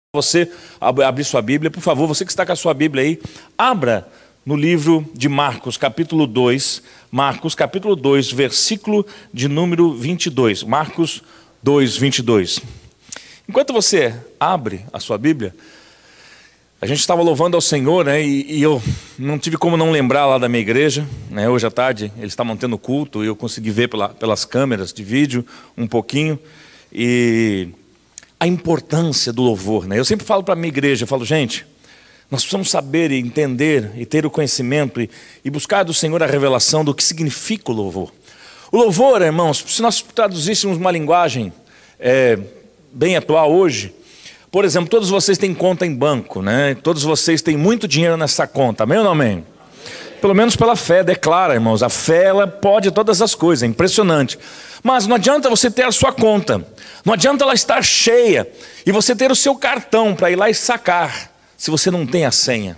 Você abrir sua Bíblia, por favor, você que está com a sua Bíblia aí, abra no livro de Marcos, capítulo 2, versículo de número 22, Marcos 2, 22. Enquanto você abre a sua Bíblia, a gente estava louvando ao Senhor, né, e eu não tive como não lembrar lá da minha igreja, né, hoje à tarde eles estavam tendo culto, e eu consegui ver pelas câmeras de vídeo um pouquinho, e a importância do louvor, né? Eu sempre falo para a minha igreja, eu falo, gente, nós precisamos saber e entender e ter o conhecimento e buscar do Senhor a revelação do que significa o louvor. O louvor, irmãos, se nós traduzíssemos uma linguagem bem atual hoje, por exemplo, todos vocês têm conta em banco, né? Todos vocês têm muito dinheiro nessa conta, amém ou não amém? Pelo menos pela fé, declara, irmãos, a fé ela pode todas as coisas, é impressionante. Mas não adianta você ter a sua conta, não adianta ela estar cheia e você ter o seu cartão para ir lá e sacar, se você não tem a senha.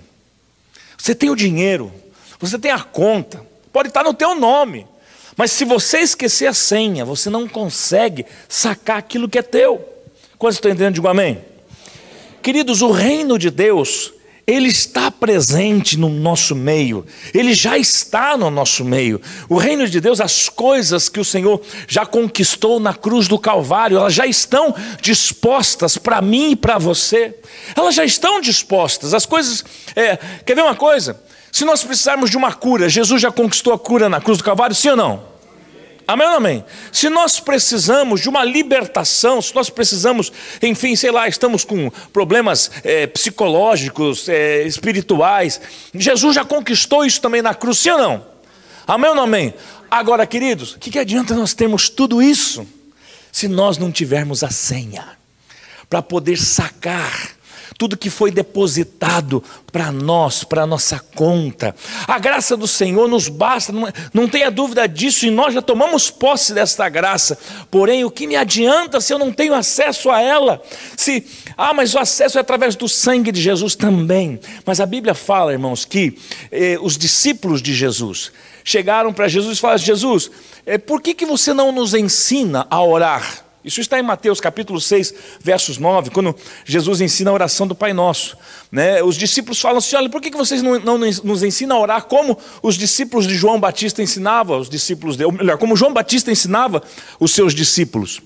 Você tem o dinheiro, você tem a conta, pode estar no teu nome, mas se você esquecer a senha, você não consegue sacar aquilo que é teu. Quantos estão entendendo? Digo amém. Queridos, o reino de Deus, ele está presente no nosso meio, ele já está no nosso meio. O reino de Deus, as coisas que o Senhor já conquistou na cruz do Calvário, elas já estão dispostas para mim e para você. Elas já estão dispostas, as coisas, quer ver uma coisa? Se nós precisarmos de uma cura, Jesus já conquistou a cura na cruz do Calvário, sim ou não? Amém ou não amém? Se nós precisamos de uma libertação, se nós precisamos, enfim, sei lá, estamos com problemas psicológicos, espirituais, Jesus já conquistou isso também na cruz, sim ou não? Amém ou não amém? Agora, queridos, o que adianta nós termos tudo isso, se nós não tivermos a senha, para poder sacar tudo que foi depositado para nós, para a nossa conta. A graça do Senhor nos basta, não tenha dúvida disso, e nós já tomamos posse desta graça. Porém, o que me adianta se eu não tenho acesso a ela? Mas o acesso é através do sangue de Jesus também. Mas a Bíblia fala, irmãos, que os discípulos de Jesus chegaram para Jesus e falaram, Jesus, por que você não nos ensina a orar? Isso está em Mateus capítulo 6, versos 9, quando Jesus ensina a oração do Pai Nosso, né? Os discípulos falam assim, olha, por que vocês não nos ensinam a orar como os discípulos de João Batista ensinavam, como João Batista ensinava os seus discípulos?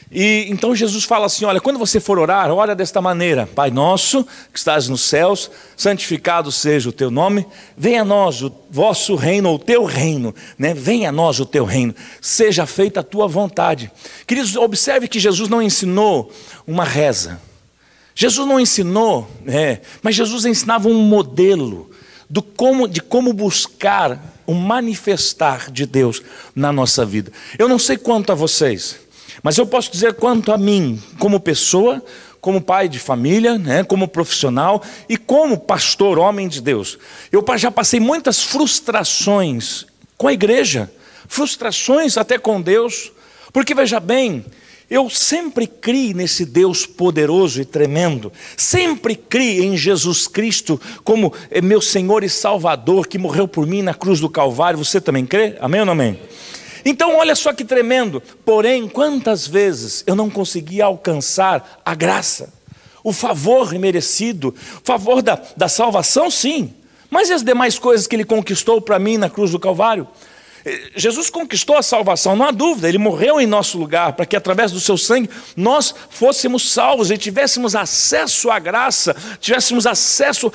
E então Jesus fala assim, olha, quando você for orar, ora desta maneira, Pai nosso, que estás nos céus, santificado seja o teu nome, venha a nós o vosso reino, ou o teu reino, né? Venha a nós o teu reino, seja feita a tua vontade. Queridos, observe que Jesus não ensinou uma reza, Jesus não ensinou, mas Jesus ensinava um modelo de como buscar o manifestar de Deus na nossa vida. Eu não sei quanto a vocês, mas eu posso dizer quanto a mim, como pessoa, como pai de família, né, como profissional e como pastor, homem de Deus. Eu já passei muitas frustrações com a igreja, frustrações até com Deus, porque veja bem, eu sempre criei nesse Deus poderoso e tremendo, sempre criei em Jesus Cristo como meu Senhor e Salvador, que morreu por mim na cruz do Calvário. Você também crê? Amém ou não amém? Então olha só que tremendo, porém quantas vezes eu não consegui alcançar a graça, o favor merecido, o favor da salvação sim, mas e as demais coisas que ele conquistou para mim na cruz do Calvário? Jesus conquistou a salvação, não há dúvida, ele morreu em nosso lugar, para que através do seu sangue nós fôssemos salvos e tivéssemos acesso à graça, tivéssemos acesso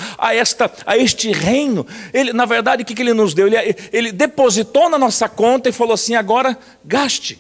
a este reino. Ele, na verdade, o que ele nos deu? Ele depositou na nossa conta e falou assim, agora gaste,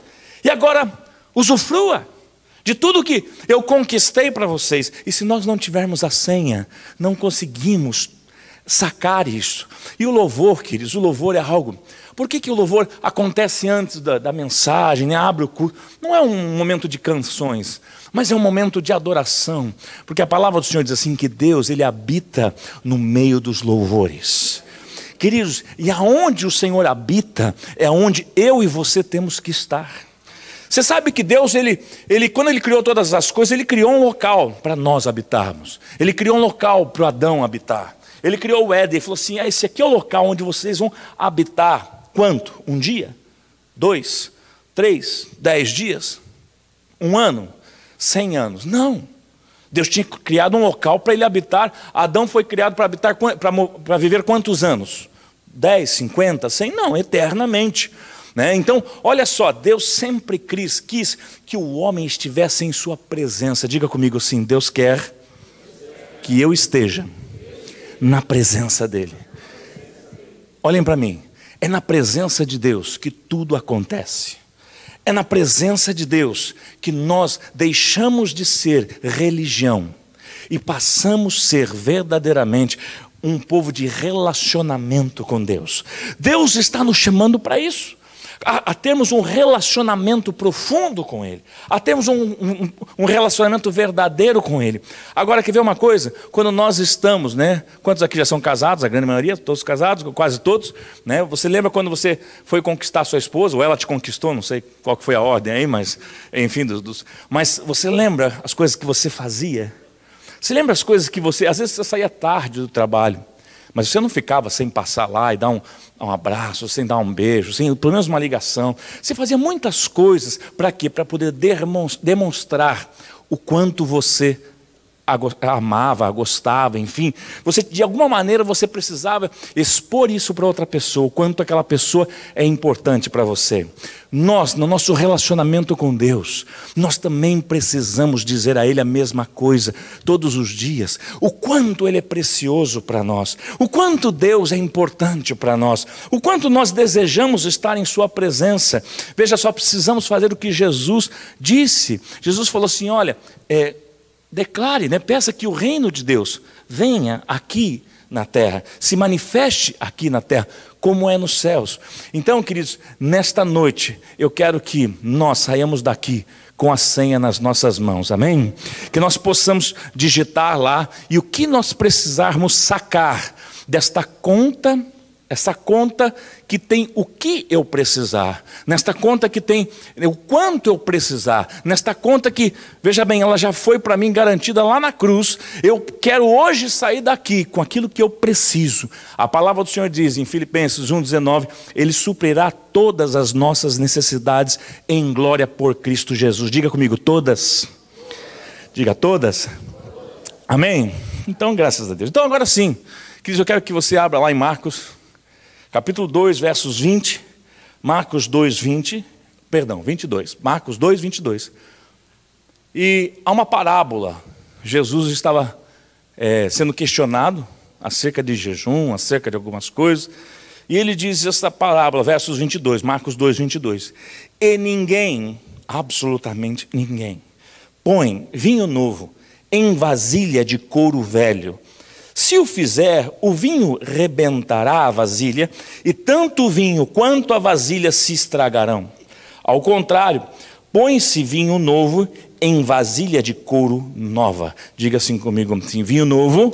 e agora usufrua de tudo que eu conquistei para vocês. E se nós não tivermos a senha, não conseguimos sacar isso. E o louvor, queridos, o louvor é algo. Por que o louvor acontece antes da mensagem, né? Abre o culto? Não é um momento de canções, mas é um momento de adoração, porque a palavra do Senhor diz assim, que Deus, ele habita no meio dos louvores. Queridos, e aonde o Senhor habita, é onde eu e você temos que estar. Você sabe que Deus, quando ele criou todas as coisas, ele criou um local para nós habitarmos. Ele criou um local para o Adão habitar. Ele criou o Éden e falou assim, esse aqui é o local onde vocês vão habitar. Quanto? Um dia? 2, 3, 10 dias? 1 ano? 100 anos? Não. Deus tinha criado um local para ele habitar. Adão foi criado para habitar, para viver quantos anos? 10, 50, 100? Não, eternamente. Né? Então, olha só, Deus sempre quis que o homem estivesse em sua presença. Diga comigo assim: Deus quer que eu esteja na presença dEle. Olhem para mim, é na presença de Deus que tudo acontece. É na presença de Deus que nós deixamos de ser religião e passamos a ser verdadeiramente um povo de relacionamento com Deus. Deus está nos chamando para isso. A termos um relacionamento profundo com Ele, a termos um relacionamento verdadeiro com Ele. Agora, quer ver uma coisa? Quando nós estamos, né? Quantos aqui já são casados? A grande maioria, todos casados, quase todos, né? Você lembra quando você foi conquistar sua esposa, ou ela te conquistou, não sei qual que foi a ordem aí, mas enfim, mas você lembra as coisas que você fazia? Você lembra as coisas que você, às vezes você saía tarde do trabalho, mas você não ficava sem passar lá e dar um abraço, sem dar um beijo, sem pelo menos uma ligação. Você fazia muitas coisas, para quê? Para poder demonstrar o quanto você amava, gostava, enfim. Você, de alguma maneira você precisava expor isso para outra pessoa, o quanto aquela pessoa é importante para você. Nós, no nosso relacionamento com Deus, nós também precisamos dizer a Ele a mesma coisa todos os dias. O quanto Ele é precioso para nós, o quanto Deus é importante para nós, o quanto nós desejamos estar em Sua presença. Veja só, precisamos fazer o que Jesus disse. Jesus falou assim, olha, declare, né? Peça que o reino de Deus venha aqui na terra, se manifeste aqui na terra, como é nos céus. Então, queridos, nesta noite, eu quero que nós saiamos daqui com a senha nas nossas mãos, amém? Que nós possamos digitar lá, e o que nós precisarmos sacar desta conta, essa conta que tem o que eu precisar, nesta conta que tem o quanto eu precisar, nesta conta que, veja bem, ela já foi para mim garantida lá na cruz. Eu quero hoje sair daqui com aquilo que eu preciso. A palavra do Senhor diz em Filipenses 1,19, Ele suprirá todas as nossas necessidades em glória por Cristo Jesus. Diga comigo, todas. Diga todas. Amém? Então, graças a Deus. Então, agora sim, queridos, eu quero que você abra lá em Marcos, capítulo 2, versos 20, Marcos 2, 22. Marcos 2, 22. E há uma parábola. Jesus estava sendo questionado acerca de jejum, acerca de algumas coisas. E ele diz essa parábola, versos 22, Marcos 2, 22. E ninguém, absolutamente ninguém, põe vinho novo em vasilha de couro velho. Se o fizer, o vinho rebentará a vasilha, e tanto o vinho quanto a vasilha se estragarão. Ao contrário, põe-se vinho novo em vasilha de couro nova. Diga assim comigo, assim, vinho novo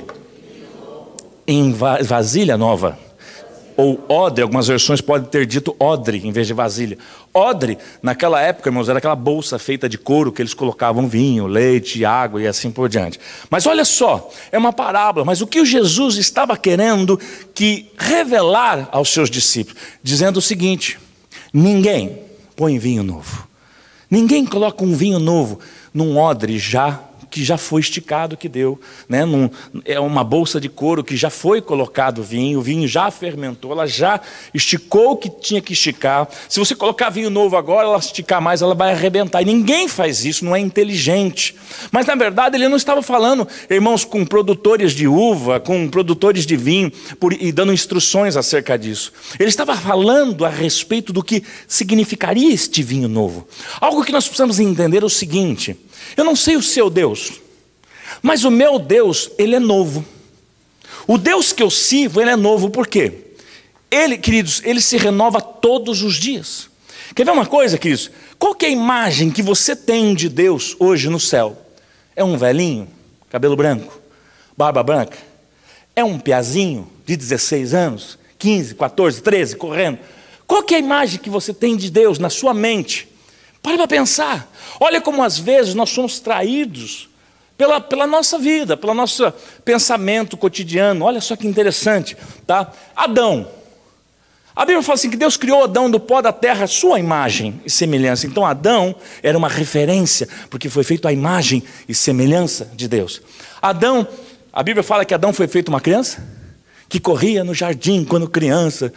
em vasilha nova. Ou odre, algumas versões podem ter dito odre em vez de vasilha. Odre, naquela época, irmãos, era aquela bolsa feita de couro que eles colocavam vinho, leite, água e assim por diante. Mas olha só, é uma parábola, mas o que o Jesus estava querendo que revelar aos seus discípulos, dizendo o seguinte: ninguém põe vinho novo. Ninguém coloca um vinho novo num odre que já foi esticado, que deu, né? É uma bolsa de couro que já foi colocado vinho, o vinho já fermentou, ela já esticou o que tinha que esticar. Se você colocar vinho novo agora, ela esticar mais, ela vai arrebentar. E ninguém faz isso, não é inteligente. Mas na verdade ele não estava falando, irmãos, com produtores de uva, com produtores de vinho, e dando instruções acerca disso. Ele estava falando a respeito do que significaria este vinho novo. Algo que nós precisamos entender é o seguinte: eu não sei o seu Deus, mas o meu Deus, Ele é novo. O Deus que eu sirvo, Ele é novo. Por quê? Ele, queridos, Ele se renova todos os dias. Quer ver uma coisa, queridos? Qual que é a imagem que você tem de Deus hoje no céu? É um velhinho, cabelo branco, barba branca? É um piazinho de 16 anos, 15, 14, 13, correndo? Qual que é a imagem que você tem de Deus na sua mente? Para pensar. Olha como às vezes nós somos traídos pela nossa vida, pelo nosso pensamento cotidiano. Olha só que interessante, tá? Adão A Bíblia fala assim que Deus criou Adão do pó da terra, à sua imagem e semelhança. Então Adão era uma referência, porque foi feito à imagem e semelhança de Deus. Adão, a Bíblia fala que Adão foi feito uma criança, que corria no jardim quando criança,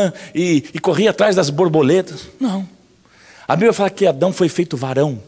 e corria atrás das borboletas. Não. A Bíblia fala que Adão foi feito varão.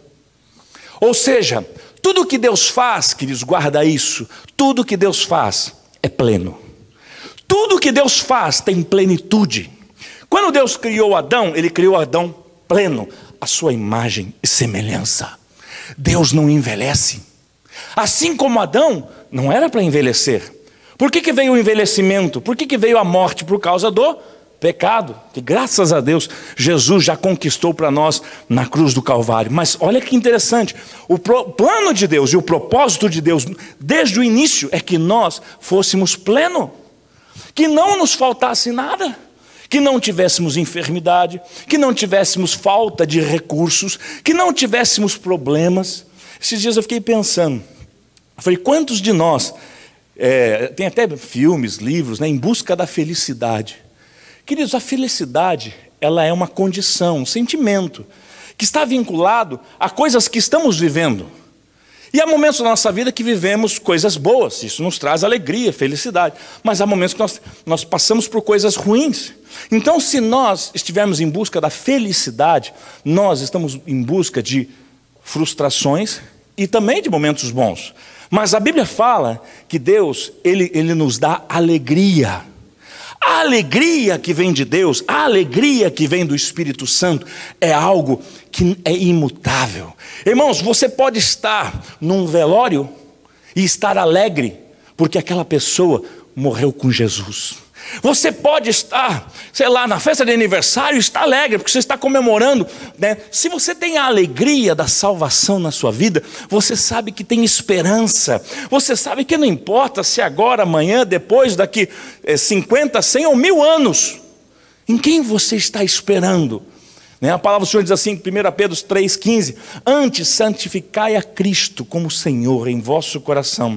Ou seja, tudo que Deus faz, queridos, guarda isso, tudo que Deus faz é pleno. Tudo que Deus faz tem plenitude. Quando Deus criou Adão, Ele criou Adão pleno, a sua imagem e semelhança. Deus não envelhece. Assim como Adão não era para envelhecer. Por que veio o envelhecimento? Por que veio a morte? Por causa do pecado, que graças a Deus Jesus já conquistou para nós na cruz do Calvário. Mas olha que interessante, o plano de Deus e o propósito de Deus desde o início é que nós fôssemos pleno, que não nos faltasse nada, que não tivéssemos enfermidade, que não tivéssemos falta de recursos, que não tivéssemos problemas. Esses dias eu fiquei pensando, falei, quantos de nós, tem até filmes, livros, Em Busca da Felicidade. Queridos, a felicidade, ela é uma condição, um sentimento, que está vinculado a coisas que estamos vivendo. E há momentos na nossa vida que vivemos coisas boas, isso nos traz alegria, felicidade. Mas há momentos que nós passamos por coisas ruins. Então, se nós estivermos em busca da felicidade, nós estamos em busca de frustrações e também de momentos bons. Mas a Bíblia fala que Deus, Ele nos dá alegria. A alegria que vem de Deus, a alegria que vem do Espírito Santo é algo que é imutável. Irmãos, você pode estar num velório e estar alegre porque aquela pessoa morreu com Jesus. Você pode estar, sei lá, na festa de aniversário e estar alegre, porque você está comemorando, né? Se você tem a alegria da salvação na sua vida, você sabe que tem esperança. Você sabe que não importa se agora, amanhã, depois, daqui 50, 100 ou 1000 anos, em quem você está esperando? A palavra do Senhor diz assim, em 1 Pedro 3,15, antes santificai a Cristo como Senhor em vosso coração,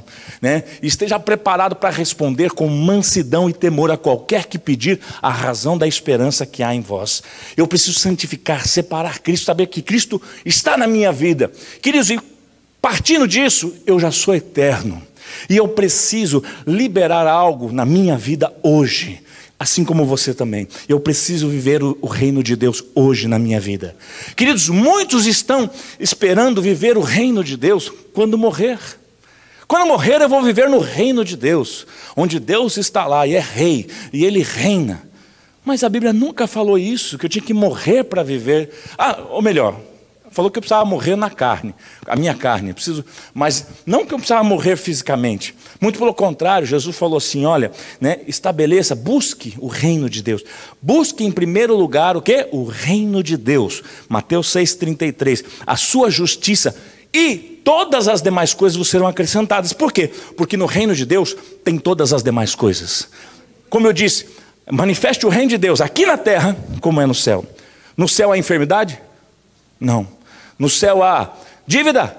e esteja preparado para responder com mansidão e temor a qualquer que pedir a razão da esperança que há em vós. Eu preciso santificar, separar Cristo, saber que Cristo está na minha vida. Queridos, e partindo disso, eu já sou eterno, e eu preciso liberar algo na minha vida hoje. Assim como você também. Eu preciso viver o reino de Deus hoje na minha vida. Queridos, muitos estão esperando viver o reino de Deus quando morrer. Quando morrer eu vou viver no reino de Deus, onde Deus está lá e é rei, e Ele reina. Mas a Bíblia nunca falou isso, que eu tinha que morrer para viver. Ou melhor, falou que eu precisava morrer na carne, a minha carne, mas não que eu precisava morrer fisicamente. Muito pelo contrário, Jesus falou assim, olha, estabeleça, busque o reino de Deus. Busque em primeiro lugar o quê? O reino de Deus. Mateus 6,33. A sua justiça e todas as demais coisas vos serão acrescentadas. Por quê? Porque no reino de Deus tem todas as demais coisas. Como eu disse, manifeste o reino de Deus aqui na terra, como é no céu. No céu há enfermidade? Não. No céu há dívida?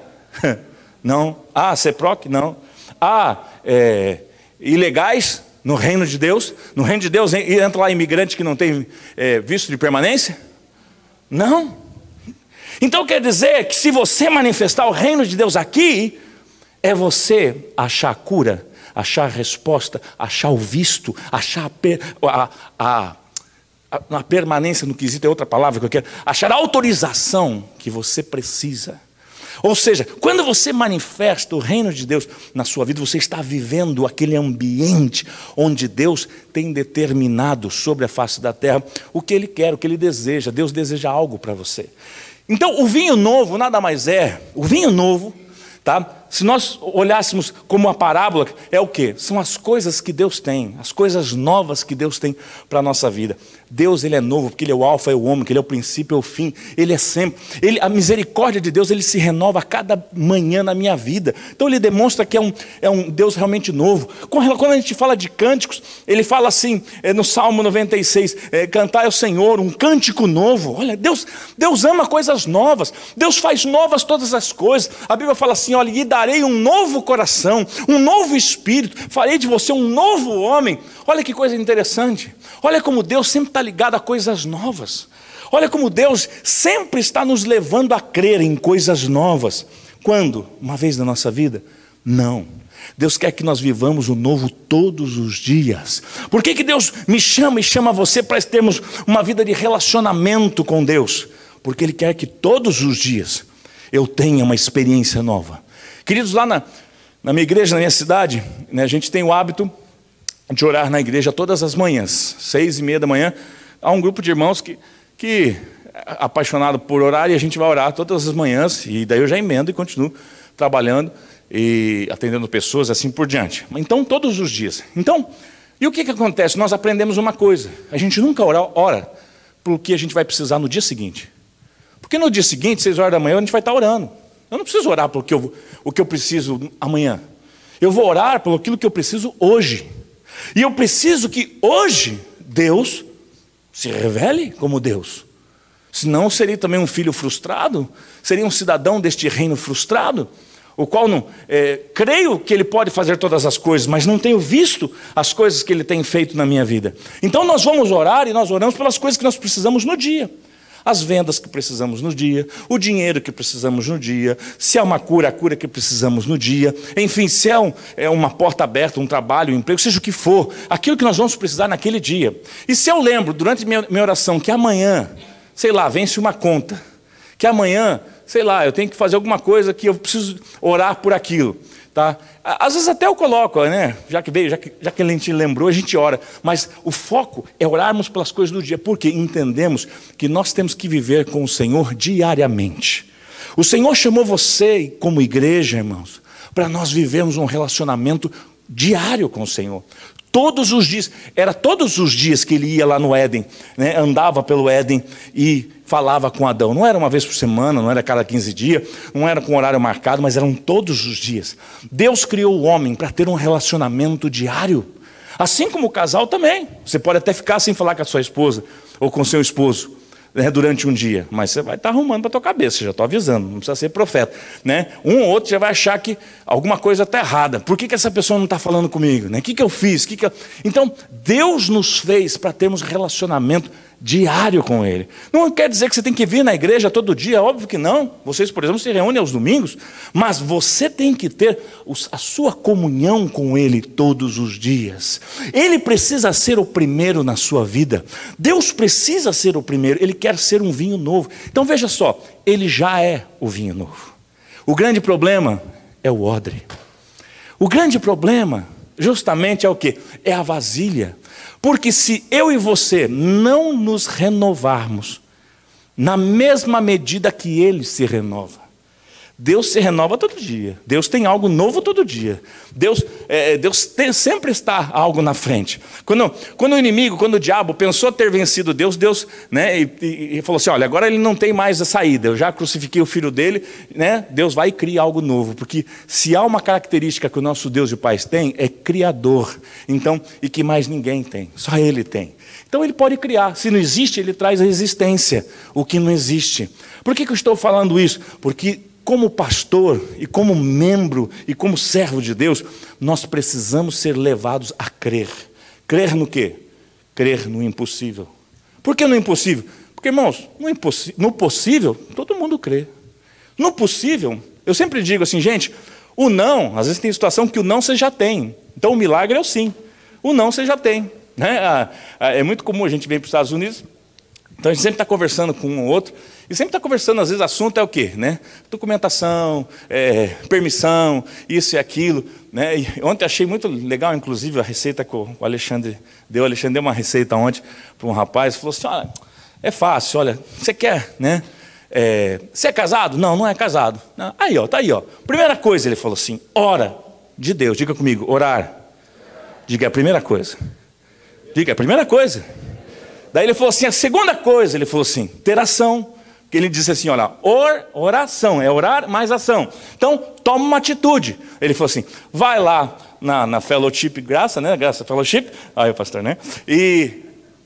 Não. Há CEPROC? Não. Há ilegais no reino de Deus? No reino de Deus entra lá imigrante que não tem visto de permanência? Não. Então quer dizer que se você manifestar o reino de Deus aqui, é você achar a cura, achar a resposta, achar o visto, achar a permanência no quesito, é outra palavra que eu quero, achar a autorização que você precisa. Ou seja, quando você manifesta o reino de Deus na sua vida, você está vivendo aquele ambiente onde Deus tem determinado sobre a face da terra o que Ele quer, o que Ele deseja. Deus deseja algo para você. Então o vinho novo nada mais é, o vinho novo, tá? Se nós olhássemos como uma parábola, é o quê? São as coisas que Deus tem, as coisas novas que Deus tem para a nossa vida. Deus, Ele é novo, porque Ele é o alfa e o ômega, Ele é o princípio e o fim, Ele é sempre. A misericórdia de Deus, Ele se renova a cada manhã na minha vida. Então Ele demonstra que é um Deus realmente novo. Quando a gente fala de cânticos, Ele fala assim, no Salmo 96, cantai ao Senhor um cântico novo. Olha, Deus ama coisas novas, Deus faz novas todas as coisas. A Bíblia fala assim, olha, e da darei um novo coração, um novo espírito, farei de você um novo homem. Olha que coisa interessante. Olha como Deus sempre está ligado a coisas novas. Olha como Deus sempre está nos levando a crer em coisas novas. Quando? Uma vez na nossa vida? Não. Deus quer que nós vivamos o novo todos os dias. Por que Deus me chama e chama você para termos uma vida de relacionamento com Deus? Porque Ele quer que todos os dias eu tenha uma experiência nova. Queridos, lá na minha igreja, na minha cidade, né, a gente tem o hábito de orar na igreja todas as manhãs, 6:30 da manhã. Há um grupo de irmãos que é apaixonado por orar, e a gente vai orar todas as manhãs, e daí eu já emendo e continuo trabalhando e atendendo pessoas, assim por diante. Então, todos os dias. Então, e o que acontece? Nós aprendemos uma coisa: a gente nunca ora pelo que a gente vai precisar no dia seguinte. Porque no dia seguinte, 6 horas da manhã, a gente vai estar orando. Eu não preciso orar pelo o que eu preciso amanhã. Eu vou orar pelo aquilo que eu preciso hoje. E eu preciso que hoje Deus se revele como Deus. Senão seria também um filho frustrado, seria um cidadão deste reino frustrado, o qual não creio que Ele pode fazer todas as coisas, mas não tenho visto as coisas que Ele tem feito na minha vida. Então nós vamos orar, e nós oramos pelas coisas que nós precisamos no dia. As vendas que precisamos no dia, o dinheiro que precisamos no dia, se é uma cura, a cura que precisamos no dia, enfim, se é uma porta aberta, um trabalho, um emprego, seja o que for, aquilo que nós vamos precisar naquele dia. E se eu lembro, durante minha oração, que amanhã, sei lá, vence uma conta, que amanhã, sei lá, eu tenho que fazer alguma coisa que eu preciso orar por aquilo, tá? Às vezes até eu coloco, né? Já que a gente lembrou, a gente ora. Mas o foco é orarmos pelas coisas do dia, porque entendemos que nós temos que viver com o Senhor diariamente. O Senhor chamou você como igreja, irmãos, para nós vivermos um relacionamento diário com o Senhor. Todos os dias, era todos os dias que ele ia lá no Éden, né? Andava pelo Éden e falava com Adão. Não era uma vez por semana, não era cada 15 dias, não era com horário marcado, mas eram todos os dias. Deus criou o homem para ter um relacionamento diário. Assim como o casal também. Você pode até ficar sem falar com a sua esposa ou com o seu esposo, né, durante um dia, mas você vai estar arrumando para a tua cabeça, já estou avisando, não precisa ser profeta, né? Um ou outro já vai achar que alguma coisa está errada. Por que essa pessoa não está falando comigo? Né? O que eu fiz? Então, Deus nos fez para termos relacionamento diário com Ele. Não quer dizer que você tem que vir na igreja todo dia, óbvio que não. Vocês, por exemplo, se reúnem aos domingos, mas você tem que ter a sua comunhão com Ele todos os dias. Ele precisa ser o primeiro na sua vida. Deus precisa ser o primeiro. Ele quer ser um vinho novo. Então veja só, Ele já é o vinho novo. O grande problema é o odre. O grande problema justamente é o quê? É a vasilha. Porque se eu e você não nos renovarmos na mesma medida que Ele se renova, Deus se renova todo dia. Deus tem algo novo todo dia. Deus sempre está algo na frente. Quando o inimigo, quando o diabo pensou ter vencido Deus, né, e falou assim, olha, agora ele não tem mais a saída. Eu já crucifiquei o filho dele, né, Deus vai e cria algo novo. Porque se há uma característica que o nosso Deus e o Pai tem, é criador. Então, e que mais ninguém tem, só Ele tem. Então Ele pode criar. Se não existe, Ele traz a existência, o que não existe. Por que eu estou falando isso? Porque como pastor e como membro e como servo de Deus, nós precisamos ser levados a crer. Crer no quê? Crer no impossível. Por que no impossível? Porque, irmãos, no possível, todo mundo crê. No possível, eu sempre digo assim, gente, o não, às vezes tem situação que o não você já tem. Então o milagre é o sim. O não você já tem. Né? É muito comum a gente vir para os Estados Unidos, então a gente sempre está conversando com um ou outro, e sempre está conversando, às vezes, assunto é o quê? Né? Documentação, permissão, isso e aquilo. Né? E ontem achei muito legal, inclusive, a receita que o Alexandre deu. O Alexandre deu uma receita ontem para um rapaz, falou assim, olha, é fácil, olha, você quer, né? Você é casado? Não, não é casado. Não. Aí, ó, tá aí, ó. Primeira coisa, ele falou assim, ora de Deus, diga comigo, orar. Diga a primeira coisa. Diga a primeira coisa. Daí ele falou assim, a segunda coisa, ele falou assim, ter ação. Que ele disse assim, olha, oração, é orar mais ação. Então, toma uma atitude. Ele falou assim, vai lá na Fellowship Graça, né? Graça Fellowship. Aí o pastor, né? E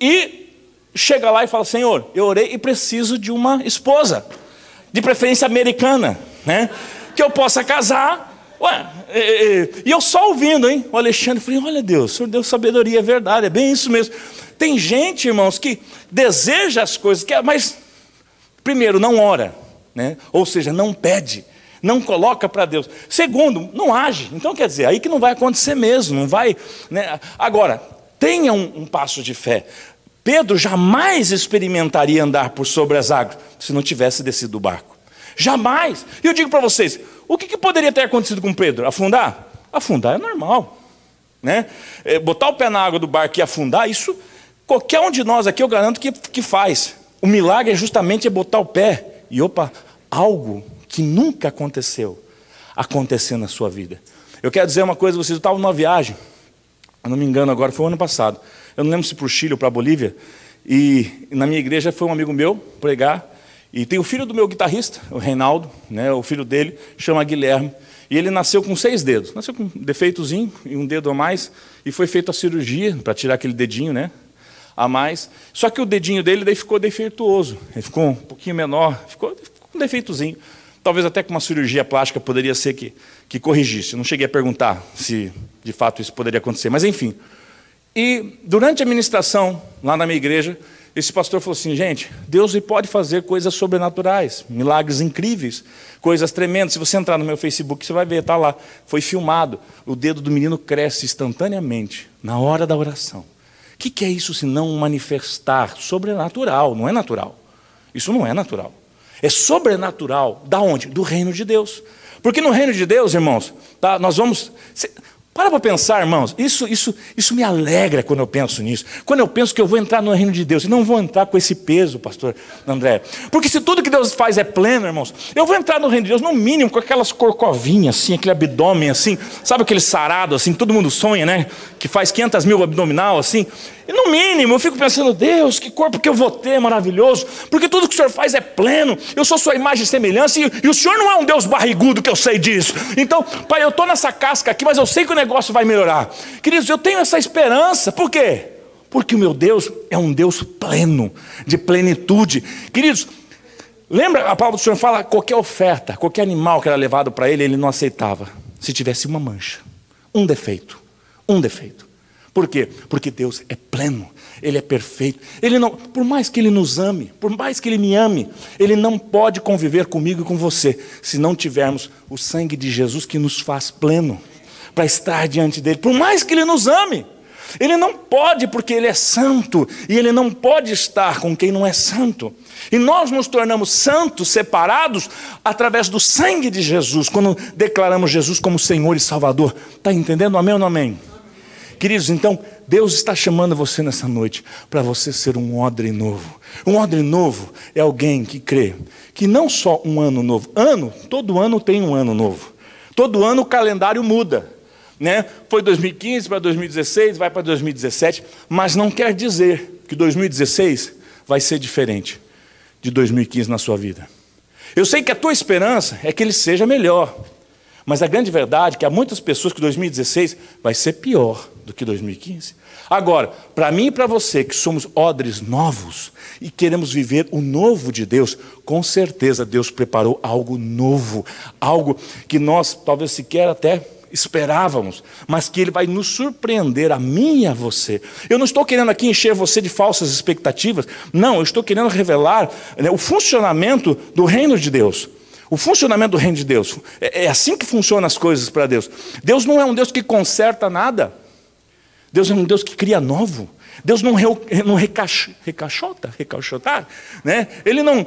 chega lá e fala, Senhor, eu orei e preciso de uma esposa. De preferência americana, né? Que eu possa casar, E eu só ouvindo, hein? O Alexandre, falei, olha Deus, o Senhor deu sabedoria, é verdade, é bem isso mesmo. Tem gente, irmãos, que deseja as coisas, mas primeiro, não ora, né? Ou seja, não pede, não coloca para Deus. Segundo, não age. Então quer dizer, aí que não vai acontecer mesmo, não vai, né? Agora, tenha um passo de fé. Pedro jamais experimentaria andar por sobre as águas se não tivesse descido do barco. Jamais. E eu digo para vocês, o que poderia ter acontecido com Pedro? Afundar? Afundar é normal, né? Botar o pé na água do barco e afundar, isso qualquer um de nós aqui eu garanto que faz. O milagre é justamente botar o pé e algo que nunca aconteceu na sua vida. Eu quero dizer uma coisa, vocês estavam numa viagem, eu não me engano agora, foi o ano passado. Eu não lembro se para o Chile ou para a Bolívia. E na minha igreja foi um amigo meu pregar. E tem o filho do meu guitarrista, o Reinaldo, né, o filho dele, chama Guilherme. E ele nasceu com 6 dedos. Nasceu com um defeitozinho e um dedo a mais. E foi feita a cirurgia para tirar aquele dedinho, né, a mais. Só que o dedinho dele daí ficou defeituoso. Ele ficou um pouquinho menor, ficou com um defeitozinho. Talvez até com uma cirurgia plástica poderia ser que corrigisse. Eu não cheguei a perguntar se de fato isso poderia acontecer. Mas enfim. E durante a ministração, lá na minha igreja, esse pastor falou assim, gente, Deus pode fazer coisas sobrenaturais, milagres incríveis, coisas tremendas. Se você entrar no meu Facebook, você vai ver, está lá, foi filmado. O dedo do menino cresce instantaneamente, na hora da oração. O que é isso se não manifestar sobrenatural? Não é natural. Isso não é natural. É sobrenatural. Da onde? Do reino de Deus. Porque no reino de Deus, irmãos, tá, nós vamos... Para pensar, irmãos, isso me alegra quando eu penso nisso. Quando eu penso que eu vou entrar no reino de Deus, e não vou entrar com esse peso, pastor André. Porque se tudo que Deus faz é pleno, irmãos, eu vou entrar no reino de Deus, no mínimo, com aquelas corcovinhas, assim, aquele abdômen, assim, sabe aquele sarado, assim, todo mundo sonha, né? Que faz 500 mil abdominal, assim. E no mínimo, eu fico pensando, Deus, que corpo que eu vou ter, maravilhoso. Porque tudo que o Senhor faz é pleno. Eu sou sua imagem e semelhança, e o Senhor não é um Deus barrigudo, que eu sei disso. Então, pai, eu estou nessa casca aqui, mas eu sei que o negócio vai melhorar. Queridos, eu tenho essa esperança. Por quê? Porque o meu Deus é um Deus pleno, de plenitude. Queridos, lembra, a palavra do Senhor fala, qualquer oferta, qualquer animal que era levado para ele não aceitava, se tivesse uma mancha, um defeito. Por quê? Porque Deus é pleno, Ele é perfeito. Ele não, por mais que Ele nos ame, por mais que Ele me ame, Ele não pode conviver comigo e com você, se não tivermos o sangue de Jesus que nos faz pleno, para estar diante dEle. Por mais que Ele nos ame, Ele não pode, porque Ele é santo, e Ele não pode estar com quem não é santo. E nós nos tornamos santos, separados, através do sangue de Jesus, quando declaramos Jesus como Senhor e Salvador. Está entendendo? Amém ou não amém? Queridos, então, Deus está chamando você nessa noite para você ser um odre novo. Um odre novo é alguém que crê que não só um ano novo. Todo ano tem um ano novo. Todo ano o calendário muda, né? Foi 2015 para 2016, vai para 2017, mas não quer dizer que 2016 vai ser diferente de 2015 na sua vida. Eu sei que a tua esperança é que ele seja melhor, mas a grande verdade é que há muitas pessoas que 2016 vai ser pior do que 2015. Agora, para mim e para você que somos odres novos e queremos viver o novo de Deus, com certeza Deus preparou algo novo, algo que nós talvez sequer até esperávamos, mas que Ele vai nos surpreender, a mim e a você. Eu não estou querendo aqui encher você de falsas expectativas, não, eu estou querendo revelar, né, o funcionamento do reino de Deus. O funcionamento do reino de Deus. É assim que funcionam as coisas para Deus. Deus não é um Deus que conserta nada. Deus é um Deus que cria novo. Deus não recaixotar, né? Ele não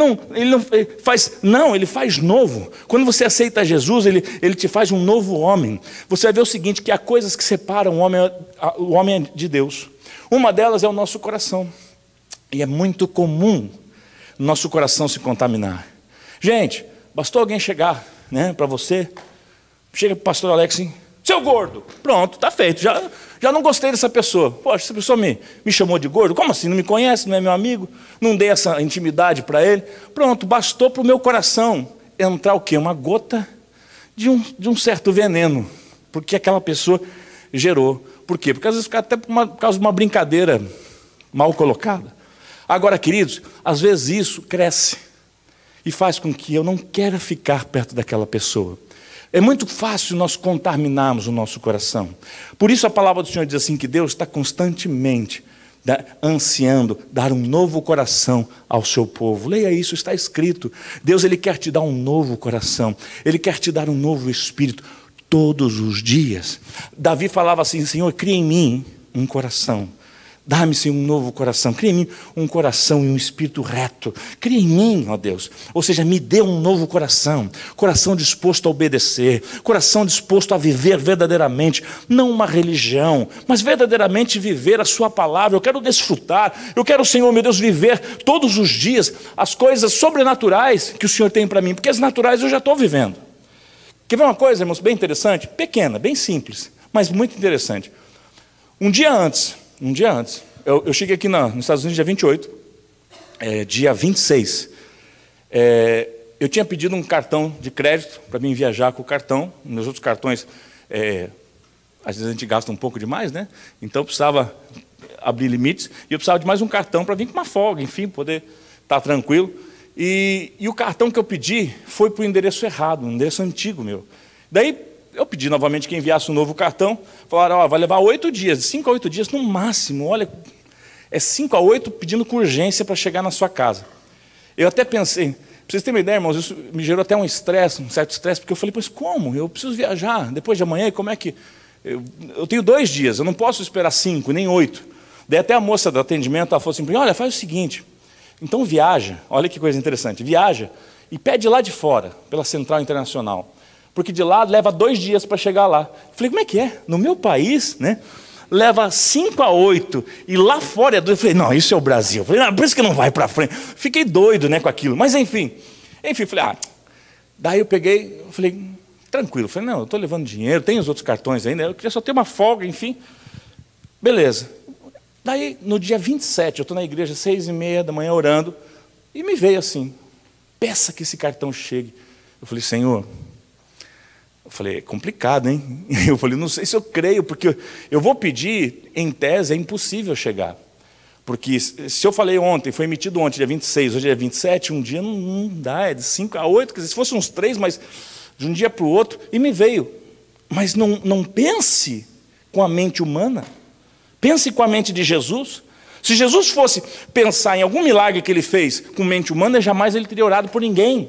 faz, não, Ele faz novo. Quando você aceita Jesus, ele te faz um novo homem. Você vai ver o seguinte, que há coisas que separam o homem de Deus. Uma delas é o nosso coração. E é muito comum nosso coração se contaminar. Gente, bastou alguém chegar, né, para você, chega para o pastor Alex assim, seu gordo, pronto, está feito, já não gostei dessa pessoa. Poxa, essa pessoa me chamou de gordo, como assim, não me conhece, não é meu amigo, não dei essa intimidade para ele. Pronto, bastou para o meu coração entrar o quê? Uma gota de um certo veneno, porque aquela pessoa gerou. Por quê? Porque às vezes fica até por causa de uma brincadeira mal colocada. Agora, queridos, às vezes isso cresce e faz com que eu não queira ficar perto daquela pessoa. É muito fácil nós contaminarmos o nosso coração. Por isso a palavra do Senhor diz assim, que Deus está constantemente ansiando dar um novo coração ao seu povo. Leia isso, está escrito. Deus, Ele quer te dar um novo coração. Ele quer te dar um novo espírito todos os dias. Davi falava assim, Senhor, cria em mim um coração. Dá-me, Senhor, um novo coração. Cria em mim um coração e um espírito reto. Cria em mim, ó Deus. Ou seja, me dê um novo coração. Coração disposto a obedecer. Coração disposto a viver verdadeiramente. Não uma religião, mas verdadeiramente viver a sua palavra. Eu quero desfrutar. Eu quero, Senhor, meu Deus, viver todos os dias as coisas sobrenaturais que o Senhor tem para mim. Porque as naturais eu já estou vivendo. Quer ver uma coisa, irmãos, bem interessante? Pequena, bem simples, mas muito interessante. Um dia antes, eu cheguei aqui nos Estados Unidos dia 28, dia 26. Eu tinha pedido um cartão de crédito para mim viajar com o cartão. Meus outros cartões, às vezes a gente gasta um pouco demais, né? Então eu precisava abrir limites e eu precisava de mais um cartão para vir com uma folga, enfim, poder estar tranquilo. E o cartão que eu pedi foi para o endereço errado, um endereço antigo meu. Daí eu pedi novamente que enviasse um novo cartão. Falaram, vai levar 8 dias, de 5 a 8 dias no máximo. Olha, é 5 a 8 pedindo com urgência para chegar na sua casa. Eu até pensei, para vocês terem uma ideia, irmãos, isso me gerou até um certo estresse, porque eu falei, pois como? Eu preciso viajar depois de amanhã, como é que... Eu tenho 2 dias, eu não posso esperar 5, nem 8. Daí até a moça do atendimento, ela falou assim, olha, faz o seguinte... Então viaja, olha que coisa interessante, viaja e pede lá de fora, pela Central Internacional, porque de lá leva 2 dias para chegar lá. Eu falei, como é que é? No meu país, né, leva 5 a 8 e lá fora é 2. Eu falei, não, isso é o Brasil. Eu falei, não, por isso que não vai para frente. Fiquei doido, né, com aquilo, mas enfim, falei, daí eu peguei, eu falei, tranquilo, eu falei, não, eu estou levando dinheiro, tem os outros cartões ainda, eu queria só ter uma folga, enfim, beleza. Daí, no dia 27, eu estou na igreja, 6h30 da manhã, orando, e me veio assim, peça que esse cartão chegue. Eu falei, Senhor, é complicado, hein? Eu falei, não sei se eu creio, porque eu vou pedir, em tese, é impossível chegar. Porque se eu falei ontem, foi emitido ontem, dia 26, hoje é dia 27, um dia não dá, é de 5 a 8, quer dizer, se fosse uns 3, mas de um dia para o outro, e me veio. Mas não pense com a mente humana. Pense com a mente de Jesus. Se Jesus fosse pensar em algum milagre que ele fez com mente humana, jamais ele teria orado por ninguém.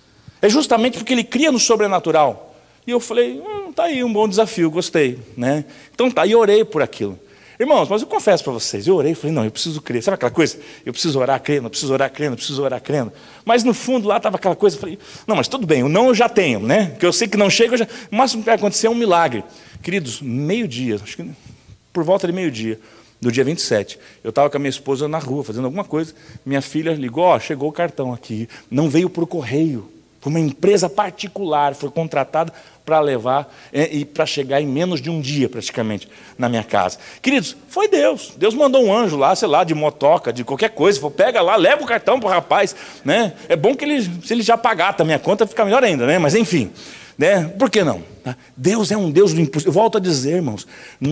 É justamente porque ele cria no sobrenatural. E eu falei, tá aí um bom desafio, gostei, né? Então tá, e orei por aquilo. Irmãos, mas eu confesso para vocês, eu orei e falei, não, eu preciso crer. Sabe aquela coisa? Eu preciso orar crendo, eu preciso orar crendo, eu preciso orar crendo. Mas no fundo lá estava aquela coisa, eu falei, não, mas tudo bem, o não eu já tenho, né? Porque eu sei que não chega, o máximo que vai acontecer é um milagre. Queridos, meio-dia, acho que por volta de meio-dia, do dia 27, eu estava com a minha esposa na rua, fazendo alguma coisa, minha filha ligou, chegou o cartão aqui, não veio por correio, foi uma empresa particular, foi contratada para levar e para chegar em menos de um dia, praticamente, na minha casa. Queridos, foi Deus. Deus mandou um anjo lá, sei lá, de motoca, de qualquer coisa, falou, pega lá, leva o cartão para o rapaz, né? É bom que se ele já pagar a minha conta, fica melhor ainda, né? Mas enfim, né? Por que não? Deus é um Deus do impossível. Eu volto a dizer, irmãos,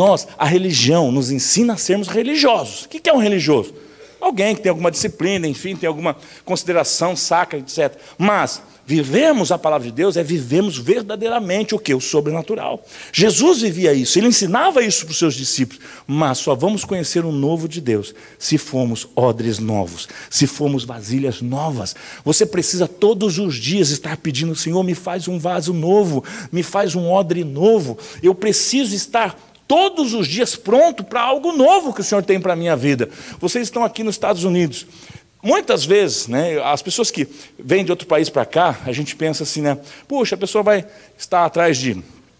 a religião nos ensina a sermos religiosos. O que é um religioso? Alguém que tem alguma disciplina, enfim, tem alguma consideração sacra, etc. Mas vivermos a palavra de Deus é vivermos verdadeiramente o que? O sobrenatural. Jesus vivia isso, ele ensinava isso para os seus discípulos. Mas só vamos conhecer o novo de Deus se formos odres novos, se formos vasilhas novas. Você precisa todos os dias estar pedindo, Senhor, me faz um vaso novo, me faz um odre novo. Eu preciso estar todos os dias pronto para algo novo que o Senhor tem para a minha vida. Vocês estão aqui nos Estados Unidos. Muitas vezes, né, as pessoas que vêm de outro país para cá, a gente pensa assim, né, puxa, a pessoa vai estar atrás de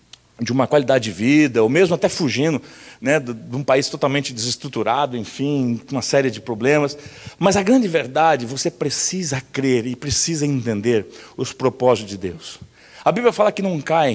uma qualidade de vida, ou mesmo até fugindo, né, de um país totalmente desestruturado, enfim, uma série de problemas. Mas a grande verdade, você precisa crer e precisa entender os propósitos de Deus. A Bíblia fala que não cai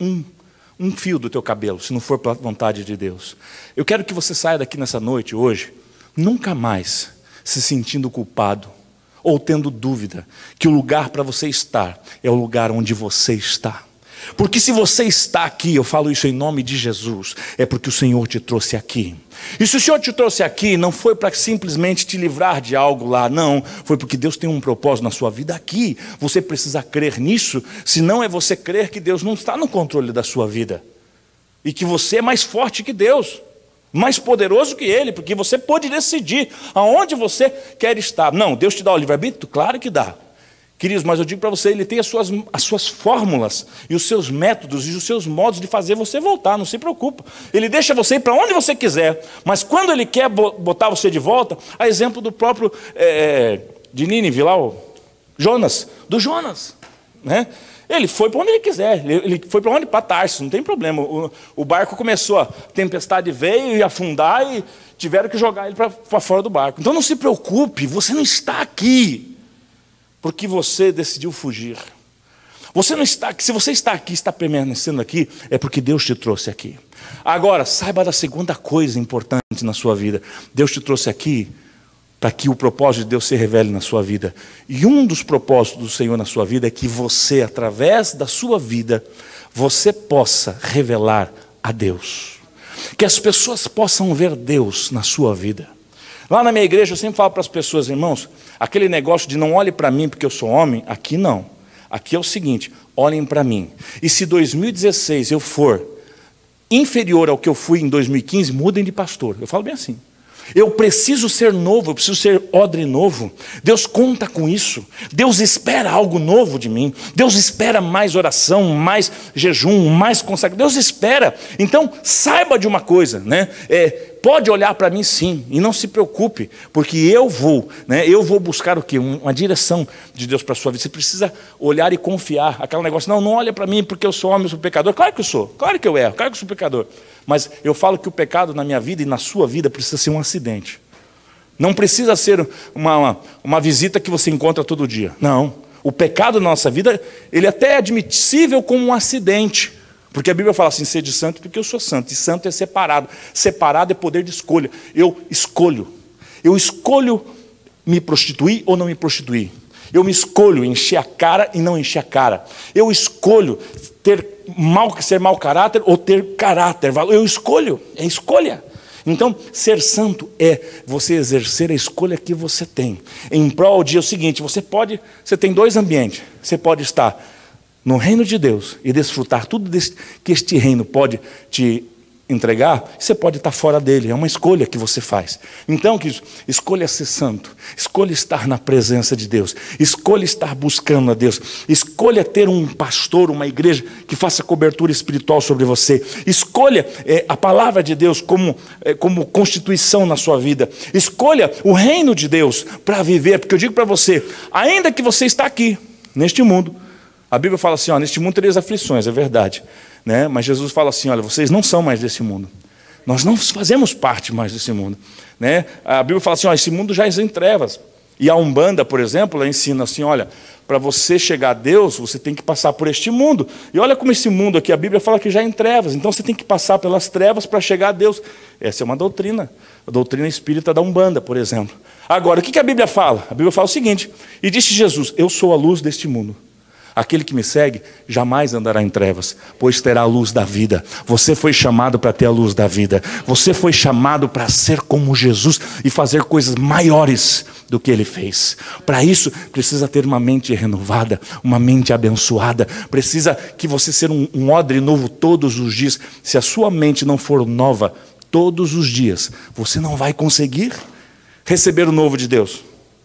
um fio do teu cabelo, se não for pela vontade de Deus. Eu quero que você saia daqui nessa noite, hoje, nunca mais se sentindo culpado, ou tendo dúvida, que o lugar para você estar é o lugar onde você está. Porque se você está aqui, eu falo isso em nome de Jesus, é porque o Senhor te trouxe aqui. E se o Senhor te trouxe aqui, não foi para simplesmente te livrar de algo lá, não. Foi porque Deus tem um propósito na sua vida aqui. Você precisa crer nisso, senão é você crer que Deus não está no controle da sua vida. E que você é mais forte que Deus, mais poderoso que Ele, porque você pode decidir aonde você quer estar. Não, Deus te dá o livre-arbítrio? Claro que dá. Queridos, mas eu digo para você, Ele tem as suas fórmulas, e os seus métodos, e os seus modos de fazer você voltar, não se preocupa. Ele deixa você ir para onde você quiser, mas quando Ele quer botar você de volta, a exemplo do próprio de Nínive lá, o Jonas, né? Ele foi para onde ele quiser, ele foi para onde? Para Tarso, não tem problema. O barco começou, a tempestade veio e afundar, e tiveram que jogar ele para fora do barco. Então não se preocupe, você não está aqui porque você decidiu fugir. Você não está aqui. Se você está aqui, está permanecendo aqui, é porque Deus te trouxe aqui. Agora, saiba da segunda coisa importante na sua vida. Deus te trouxe aqui para que o propósito de Deus se revele na sua vida. E um dos propósitos do Senhor na sua vida é que você, através da sua vida, você possa revelar a Deus. Que as pessoas possam ver Deus na sua vida. Lá na minha igreja eu sempre falo para as pessoas, irmãos, aquele negócio de não olhe para mim porque eu sou homem, aqui não. Aqui é o seguinte, olhem para mim. E se 2016 eu for inferior ao que eu fui em 2015, mudem de pastor. Eu falo bem assim. Eu preciso ser novo, eu preciso ser odre novo. Deus conta com isso. Deus espera algo novo de mim. Deus espera mais oração, mais jejum, mais consagração. Deus espera. Então, saiba de uma coisa, né? Pode olhar para mim sim, e não se preocupe, porque eu vou buscar o quê? Uma direção de Deus para a sua vida. Você precisa olhar e confiar. Aquele negócio, não olha para mim porque eu sou homem, eu sou pecador. Claro que eu sou, claro que eu erro, claro que eu sou pecador. Mas eu falo que o pecado na minha vida e na sua vida precisa ser um acidente. Não precisa ser uma visita que você encontra todo dia. Não, o pecado na nossa vida, ele até é admissível como um acidente. Porque a Bíblia fala assim, sede santo porque eu sou santo. E santo é separado. Separado é poder de escolha. Eu escolho me prostituir ou não me prostituir. Eu me escolho encher a cara e não encher a cara. Eu escolho ser mau caráter ou ter caráter. Eu escolho, é escolha. Então, ser santo é você exercer a escolha que você tem. Em prol de o seguinte, você tem dois ambientes. Você pode estar no reino de Deus e desfrutar tudo que este reino pode te entregar, você pode estar fora dele, é uma escolha que você faz. Então, escolha ser santo, escolha estar na presença de Deus, escolha estar buscando a Deus, escolha ter um pastor, uma igreja que faça cobertura espiritual sobre você, escolha a palavra de Deus como constituição na sua vida, escolha o reino de Deus para viver, porque eu digo para você, ainda que você está aqui, neste mundo, a Bíblia fala assim, neste mundo tereis aflições, é verdade. Né? Mas Jesus fala assim, olha, vocês não são mais desse mundo. Nós não fazemos parte mais desse mundo. Né? A Bíblia fala assim, esse mundo já é em trevas. E a Umbanda, por exemplo, ela ensina assim, olha, para você chegar a Deus, você tem que passar por este mundo. E olha como esse mundo aqui, a Bíblia fala que já é em trevas. Então você tem que passar pelas trevas para chegar a Deus. Essa é uma doutrina. A doutrina espírita da Umbanda, por exemplo. Agora, o que a Bíblia fala? A Bíblia fala o seguinte, e disse Jesus, eu sou a luz deste mundo. Aquele que me segue jamais andará em trevas, pois terá a luz da vida. Você foi chamado para ter a luz da vida. Você foi chamado para ser como Jesus e fazer coisas maiores do que Ele fez. Para isso, precisa ter uma mente renovada, uma mente abençoada. Precisa que você seja um odre novo todos os dias. Se a sua mente não for nova todos os dias, você não vai conseguir receber o novo de Deus.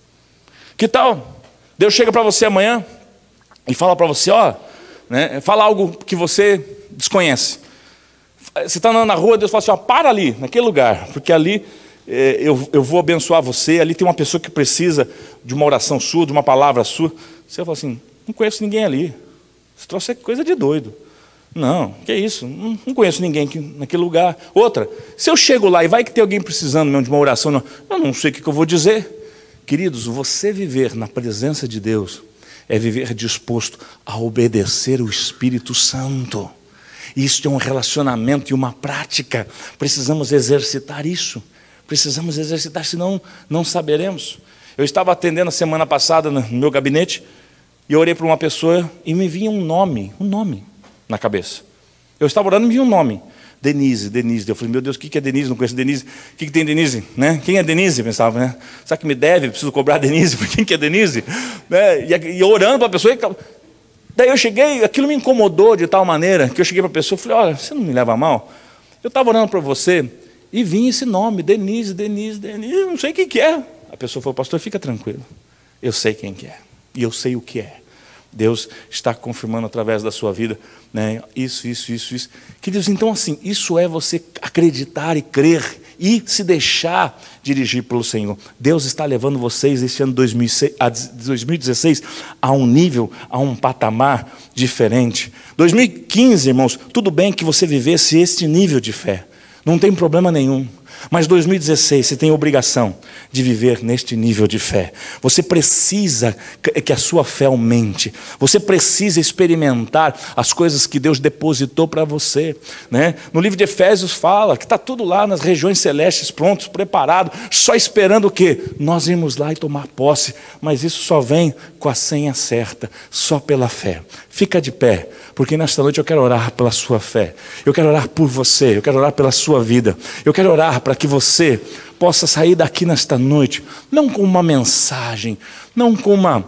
Que tal? Deus chega para você amanhã e fala para você, fala algo que você desconhece. Você está andando na rua, Deus fala assim, para ali, naquele lugar, porque ali eu vou abençoar você, ali tem uma pessoa que precisa de uma oração sua, de uma palavra sua. Você fala assim, não conheço ninguém ali. Esse troço é coisa de doido. Não, que isso, não conheço ninguém aqui, naquele lugar. Outra, se eu chego lá e vai que tem alguém precisando mesmo de uma oração, eu não sei o que eu vou dizer. Queridos, você viver na presença de Deus é viver disposto a obedecer o Espírito Santo. Isso é um relacionamento e uma prática. Precisamos exercitar isso. Precisamos exercitar, senão não saberemos. Eu estava atendendo a semana passada no meu gabinete e eu orei para uma pessoa e me vinha um nome. na cabeça. Eu estava orando e me vinha um nome. Denise. Eu falei, meu Deus, o que é Denise? Não conheço Denise. O que tem Denise? Né? Quem é Denise? Eu pensava, né? Será que me deve? Preciso cobrar a Denise. Por quem que é Denise? Né? E orando para a pessoa. Daí eu cheguei, aquilo me incomodou de tal maneira que eu cheguei para a pessoa e falei, olha, você não me leva a mal? Eu estava orando para você e vinha esse nome, Denise, não sei quem que é. A pessoa falou, pastor, fica tranquilo. Eu sei quem que é. E eu sei o que é. Deus está confirmando através da sua vida, né? Isso. Queridos, então assim, isso é você acreditar e crer e se deixar dirigir pelo Senhor. Deus está levando vocês esse ano 2016 a um nível, a um patamar diferente. 2015, irmãos, tudo bem que você vivesse este nível de fé. Não tem problema nenhum. Mas 2016, você tem a obrigação de viver neste nível de fé. Você precisa que a sua fé aumente. Você precisa experimentar as coisas que Deus depositou para você, né? No livro de Efésios fala que está tudo lá nas regiões celestes, prontos, preparados, só esperando o quê? Nós irmos lá e tomar posse. Mas isso só vem com a senha certa, só pela fé. Fica de pé, porque nesta noite eu quero orar pela sua fé. Eu quero orar por você, eu quero orar pela sua vida. Eu quero orar para que você possa sair daqui nesta noite, não com uma mensagem, não com uma...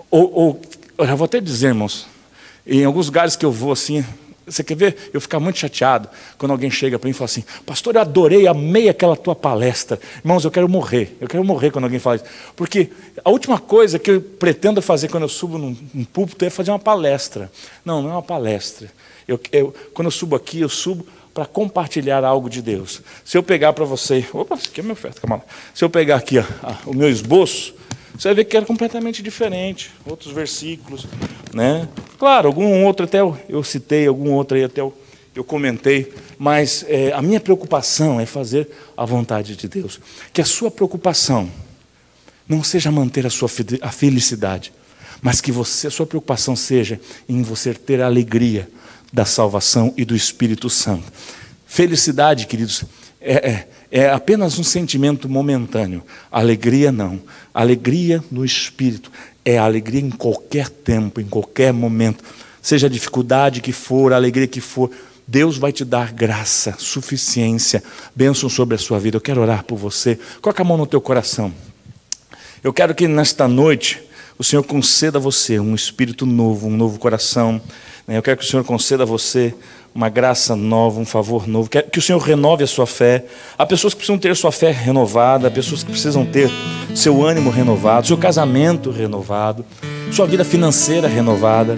eu já vou até dizer, irmãos, em alguns lugares que eu vou assim, você quer ver? Eu ficar muito chateado quando alguém chega para mim e fala assim, pastor, eu adorei, amei aquela tua palestra. Irmãos, eu quero morrer quando alguém fala isso. Porque a última coisa que eu pretendo fazer quando eu subo num púlpito é fazer uma palestra. Não é uma palestra. Quando eu subo aqui, eu subo para compartilhar algo de Deus. Se eu pegar para você... Opa, isso aqui é minha oferta, calma lá. Se eu pegar aqui o meu esboço, você vai ver que era completamente diferente. Outros versículos, né? Claro, algum outro até eu citei, algum outro aí até eu comentei, mas a minha preocupação é fazer a vontade de Deus. Que a sua preocupação não seja manter a felicidade, mas que a sua preocupação seja em você ter a alegria da salvação e do Espírito Santo. Felicidade, queridos, é apenas um sentimento momentâneo. Alegria não. Alegria no Espírito é alegria em qualquer tempo, em qualquer momento. Seja a dificuldade que for, a alegria que for, Deus vai te dar graça, suficiência, bênção sobre a sua vida. Eu quero orar por você. Coloca a mão no teu coração. Eu quero que nesta noite o Senhor conceda a você um espírito novo, um novo coração. Eu quero que o Senhor conceda a você uma graça nova, um favor novo. Quero que o Senhor renove a sua fé. Há pessoas que precisam ter sua fé renovada, há pessoas que precisam ter seu ânimo renovado, seu casamento renovado, sua vida financeira renovada.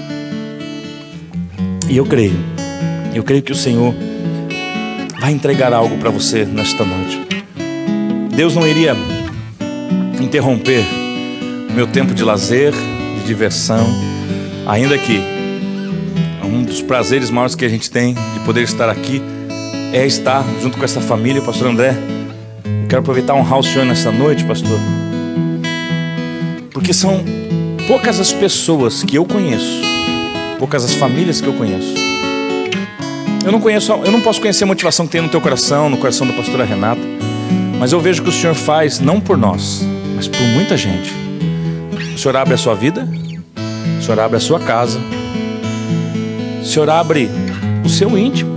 E eu creio que o Senhor vai entregar algo para você nesta noite. Deus não iria interromper o meu tempo de lazer, de diversão, ainda que um dos prazeres maiores que a gente tem de poder estar aqui é estar junto com essa família. Pastor André, eu quero aproveitar honrar o Senhor nessa noite, pastor, porque são poucas as pessoas que eu conheço, poucas as famílias que eu conheço. Eu não posso conhecer a motivação que tem no teu coração, no coração da pastora Renata, mas eu vejo que o Senhor faz não por nós, mas por muita gente. O Senhor abre a sua vida, o Senhor abre a sua casa, o Senhor abre o seu íntimo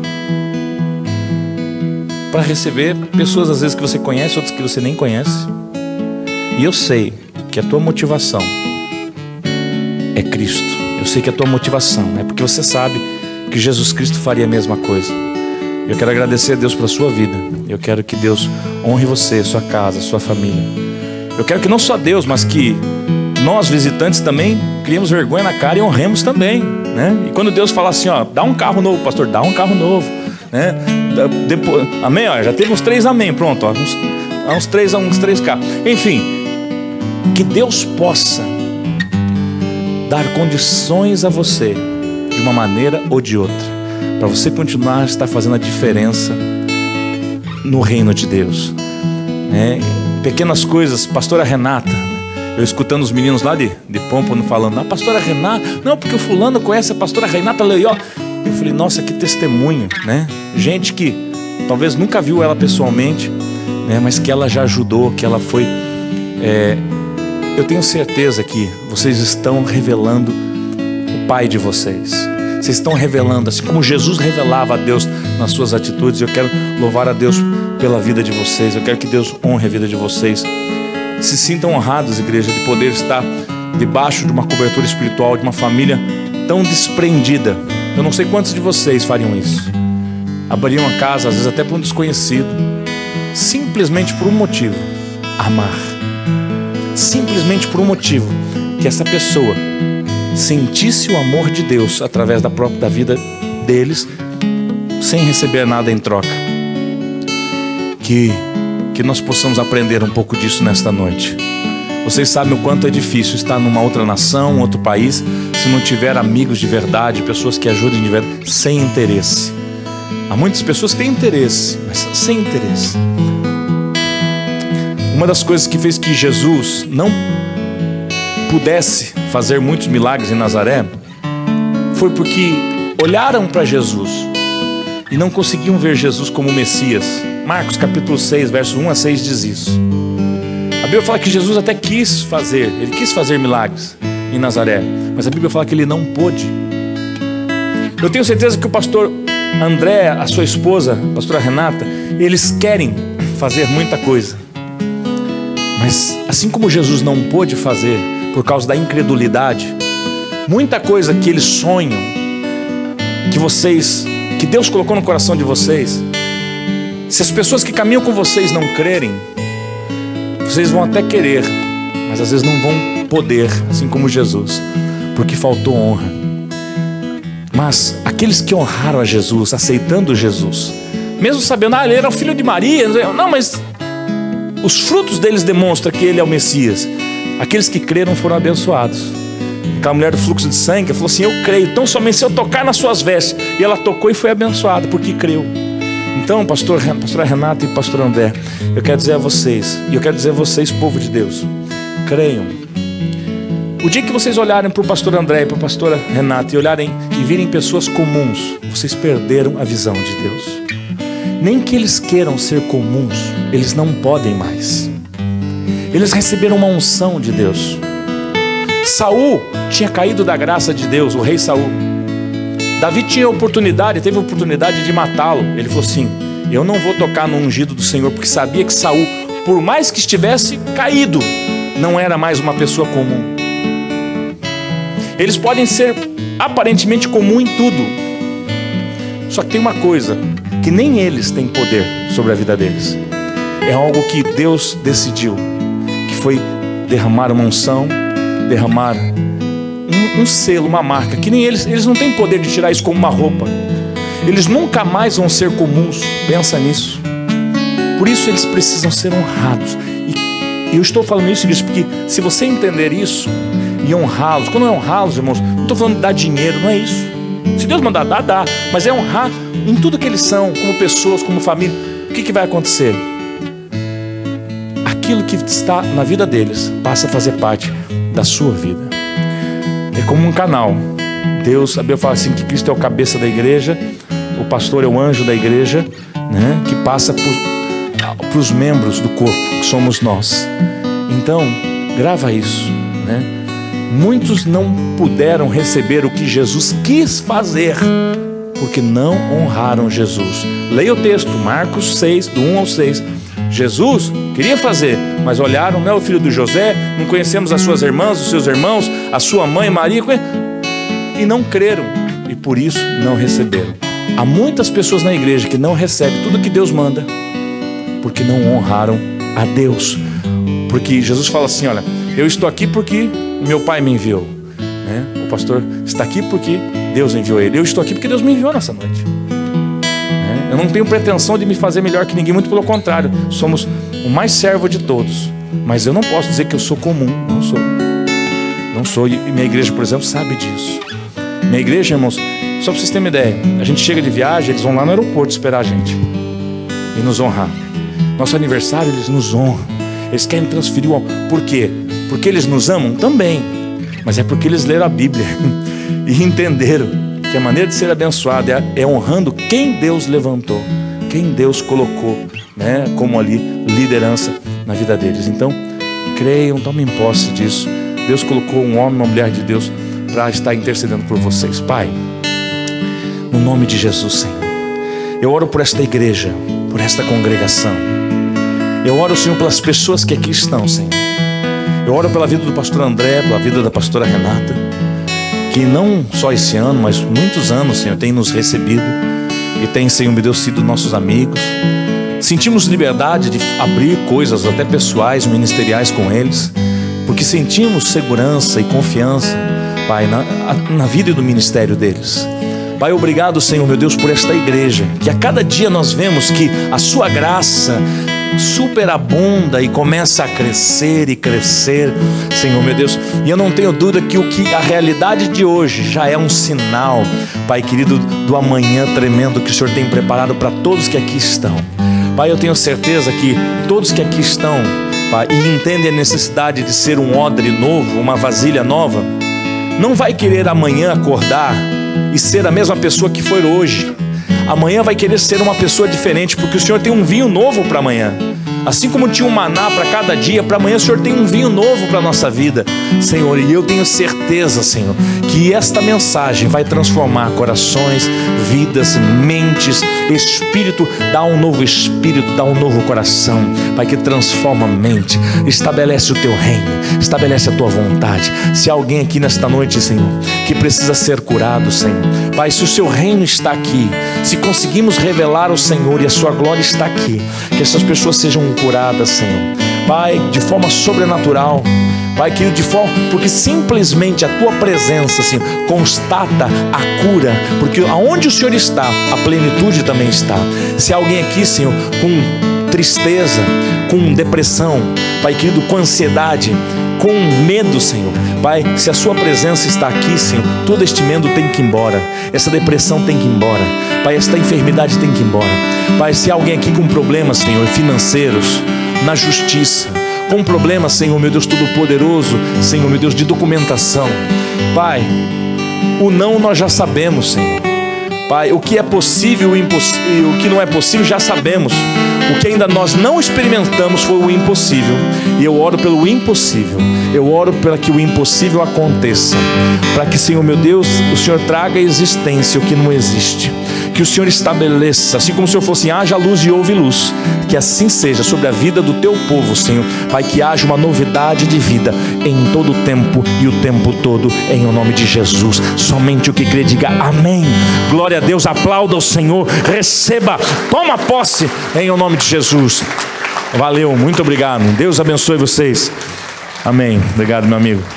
para receber pessoas às vezes que você conhece, outras que você nem conhece. E eu sei que a tua motivação é Cristo. Eu sei que a tua motivação é porque você sabe que Jesus Cristo faria a mesma coisa. Eu quero agradecer a Deus pela sua vida. Eu quero que Deus honre você, sua casa, sua família. Eu quero que não só Deus, mas que nós visitantes também criemos vergonha na cara e honremos também, né? E quando Deus fala assim, ó, dá um carro novo, pastor, dá um carro novo, né? Depois, amém, ó, já teve uns 3 amém, pronto, ó, uns 3 carros. Enfim, que Deus possa dar condições a você de uma maneira ou de outra, para você continuar a estar fazendo a diferença no reino de Deus, né? Pequenas coisas, pastora Renata, eu escutando os meninos lá de Pompano falando, pastora Renata, não, porque o fulano conhece a pastora Renata Leió. Eu falei, nossa, que testemunho, né? Gente que talvez nunca viu ela pessoalmente, né? Mas que ela já ajudou, que ela foi... Eu tenho certeza que vocês estão revelando o Pai de vocês. Vocês estão revelando, assim como Jesus revelava a Deus nas suas atitudes. Eu quero louvar a Deus pela vida de vocês. Eu quero que Deus honre a vida de vocês. Se sintam honrados, igreja, de poder estar debaixo de uma cobertura espiritual, de uma família tão desprendida. Eu não sei quantos de vocês fariam isso. Abririam a casa, às vezes até para um desconhecido, simplesmente por um motivo: amar. Simplesmente por um motivo: que essa pessoa sentisse o amor de Deus através da vida deles, sem receber nada em troca. Que nós possamos aprender um pouco disso nesta noite. Vocês sabem o quanto é difícil estar numa outra nação, outro país, se não tiver amigos de verdade, pessoas que ajudem de verdade, sem interesse. Há muitas pessoas que têm interesse, mas sem interesse. Uma das coisas que fez que Jesus não pudesse fazer muitos milagres em Nazaré foi porque olharam para Jesus e não conseguiam ver Jesus como Messias. Marcos capítulo 6, verso 1 a 6 diz isso. A Bíblia fala que Jesus até quis fazer milagres em Nazaré, mas a Bíblia fala que ele não pôde. Eu tenho certeza que o pastor André, a sua esposa, a pastora Renata, eles querem fazer muita coisa, mas assim como Jesus não pôde fazer por causa da incredulidade, muita coisa que eles sonham, que Deus colocou no coração de vocês, se as pessoas que caminham com vocês não crerem, vocês vão até querer, mas às vezes não vão poder, assim como Jesus, porque faltou honra. Mas aqueles que honraram a Jesus, aceitando Jesus, mesmo sabendo, ele era o filho de Maria, não, mas os frutos deles demonstram que ele é o Messias. Aqueles que creram foram abençoados. Aquela mulher do fluxo de sangue falou assim: eu creio, então somente se eu tocar nas suas vestes. E ela tocou e foi abençoada, porque creu. Então, pastora Renata e pastor André, eu quero dizer a vocês, e eu quero dizer a vocês, povo de Deus, creiam. O dia que vocês olharem para o pastor André e para a pastora Renata e olharem e virem pessoas comuns, vocês perderam a visão de Deus. Nem que eles queiram ser comuns, eles não podem mais. Eles receberam uma unção de Deus. Saul tinha caído da graça de Deus, o rei Saul. Davi teve a oportunidade de matá-lo. Ele falou assim: eu não vou tocar no ungido do Senhor, porque sabia que Saul, por mais que estivesse caído, não era mais uma pessoa comum. Eles podem ser aparentemente comum em tudo, só que tem uma coisa, que nem eles têm poder sobre a vida deles. É algo que Deus decidiu, que foi derramar uma unção, derramar um selo, uma marca, que nem eles não têm poder de tirar isso como uma roupa. Eles nunca mais vão ser comuns, pensa nisso. Por isso eles precisam ser honrados. E eu estou falando isso porque se você entender isso e honrá-los, quando é honrá-los, irmãos, não estou falando de dar dinheiro, não é isso. Se Deus mandar dar, dá, mas é honrar em tudo que eles são, como pessoas, como família. O que vai acontecer? Aquilo que está na vida deles passa a fazer parte da sua vida. É como um canal. Deus, a Bíblia fala assim, que Cristo é o cabeça da igreja, o pastor é o anjo da igreja, né, que passa para os membros do corpo, que somos nós. Então, grava isso, né? Muitos não puderam receber o que Jesus quis fazer, porque não honraram Jesus. Leia o texto, Marcos 6, do 1 ao 6. Jesus queria fazer, mas olharam, não é o filho do José, não conhecemos as suas irmãs, os seus irmãos, a sua mãe Maria, e não creram, e por isso não receberam. Há muitas pessoas na igreja que não recebem tudo que Deus manda, porque não honraram a Deus. Porque Jesus fala assim: olha, eu estou aqui porque meu pai me enviou, né? O pastor está aqui porque Deus enviou ele. Eu estou aqui porque Deus me enviou nessa noite, né? Eu não tenho pretensão de me fazer melhor que ninguém, muito pelo contrário, somos o mais servo de todos. Mas eu não posso dizer que eu sou comum, não sou. E minha igreja, por exemplo, sabe disso. Minha igreja, irmãos, só para vocês terem uma ideia, a gente chega de viagem, eles vão lá no aeroporto esperar a gente e nos honrar. Nosso aniversário, eles nos honram. Eles querem transferir o... Por quê? Porque eles nos amam? Também. Mas é porque eles leram a Bíblia e entenderam que a maneira de ser abençoado é honrando quem Deus levantou, quem Deus colocou, né, como ali liderança na vida deles. Então, creiam, tomem posse disso. Deus colocou um homem, uma mulher de Deus para estar intercedendo por vocês. Pai, no nome de Jesus, Senhor. Eu oro por esta igreja, por esta congregação. Eu oro, Senhor, pelas pessoas que aqui estão, Senhor. Eu oro pela vida do pastor André, pela vida da pastora Renata, que não só esse ano, mas muitos anos, Senhor, tem nos recebido e tem, Senhor, meu Deus, sido nossos amigos. Sentimos liberdade de abrir coisas até pessoais, ministeriais com eles, porque sentimos segurança e confiança, Pai, na vida e no ministério deles. Pai, obrigado, Senhor, meu Deus, por esta igreja, que a cada dia nós vemos que a sua graça superabunda e começa a crescer e crescer, Senhor, meu Deus. E eu não tenho dúvida que a realidade de hoje já é um sinal, Pai querido, do amanhã tremendo que o Senhor tem preparado para todos que aqui estão. Pai, eu tenho certeza que todos que aqui estão, Pai, e entendem a necessidade de ser um odre novo, uma vasilha nova, não vai querer amanhã acordar e ser a mesma pessoa que foi hoje. Amanhã vai querer ser uma pessoa diferente, porque o Senhor tem um vinho novo para amanhã. Assim como tinha um maná para cada dia, para amanhã o Senhor tem um vinho novo para a nossa vida, Senhor. E eu tenho certeza, Senhor, que esta mensagem vai transformar corações, vidas, mentes, espírito. Dá um novo espírito, dá um novo coração, Pai, que transforma a mente, estabelece o teu reino, estabelece a tua vontade. Se há alguém aqui nesta noite, Senhor, que precisa ser curado, Senhor, Pai, se o seu reino está aqui, se conseguimos revelar o Senhor e a sua glória está aqui, que essas pessoas sejam curadas, Senhor, Pai, de forma sobrenatural, Pai querido, de forma, porque simplesmente a tua presença, Senhor, constata a cura, porque aonde o Senhor está, a plenitude também está. Se há alguém aqui, Senhor, com tristeza, com depressão, Pai querido, com ansiedade, com medo, Senhor, Pai, se a sua presença está aqui, Senhor, todo este medo tem que ir embora, essa depressão tem que ir embora, Pai, esta enfermidade tem que ir embora. Pai, se há alguém aqui com problemas, Senhor, financeiros, na justiça, com problemas, Senhor, meu Deus Todo-Poderoso, Senhor, meu Deus, de documentação, Pai, o não nós já sabemos, Senhor, Pai, o que é possível e o que não é possível já sabemos. O que ainda nós não experimentamos foi o impossível. E eu oro pelo impossível. Eu oro para que o impossível aconteça. Para que, Senhor meu Deus, o Senhor traga à existência o que não existe. Que o Senhor estabeleça, assim como o Senhor fosse, haja luz e houve luz. Que assim seja sobre a vida do teu povo, Senhor. Pai, que haja uma novidade de vida em todo o tempo e o tempo todo, em o nome de Jesus. Somente o que crê diga amém. Glória a Deus, aplauda o Senhor, receba, toma posse em o nome de Jesus. Valeu, muito obrigado. Deus abençoe vocês. Amém. Obrigado, meu amigo.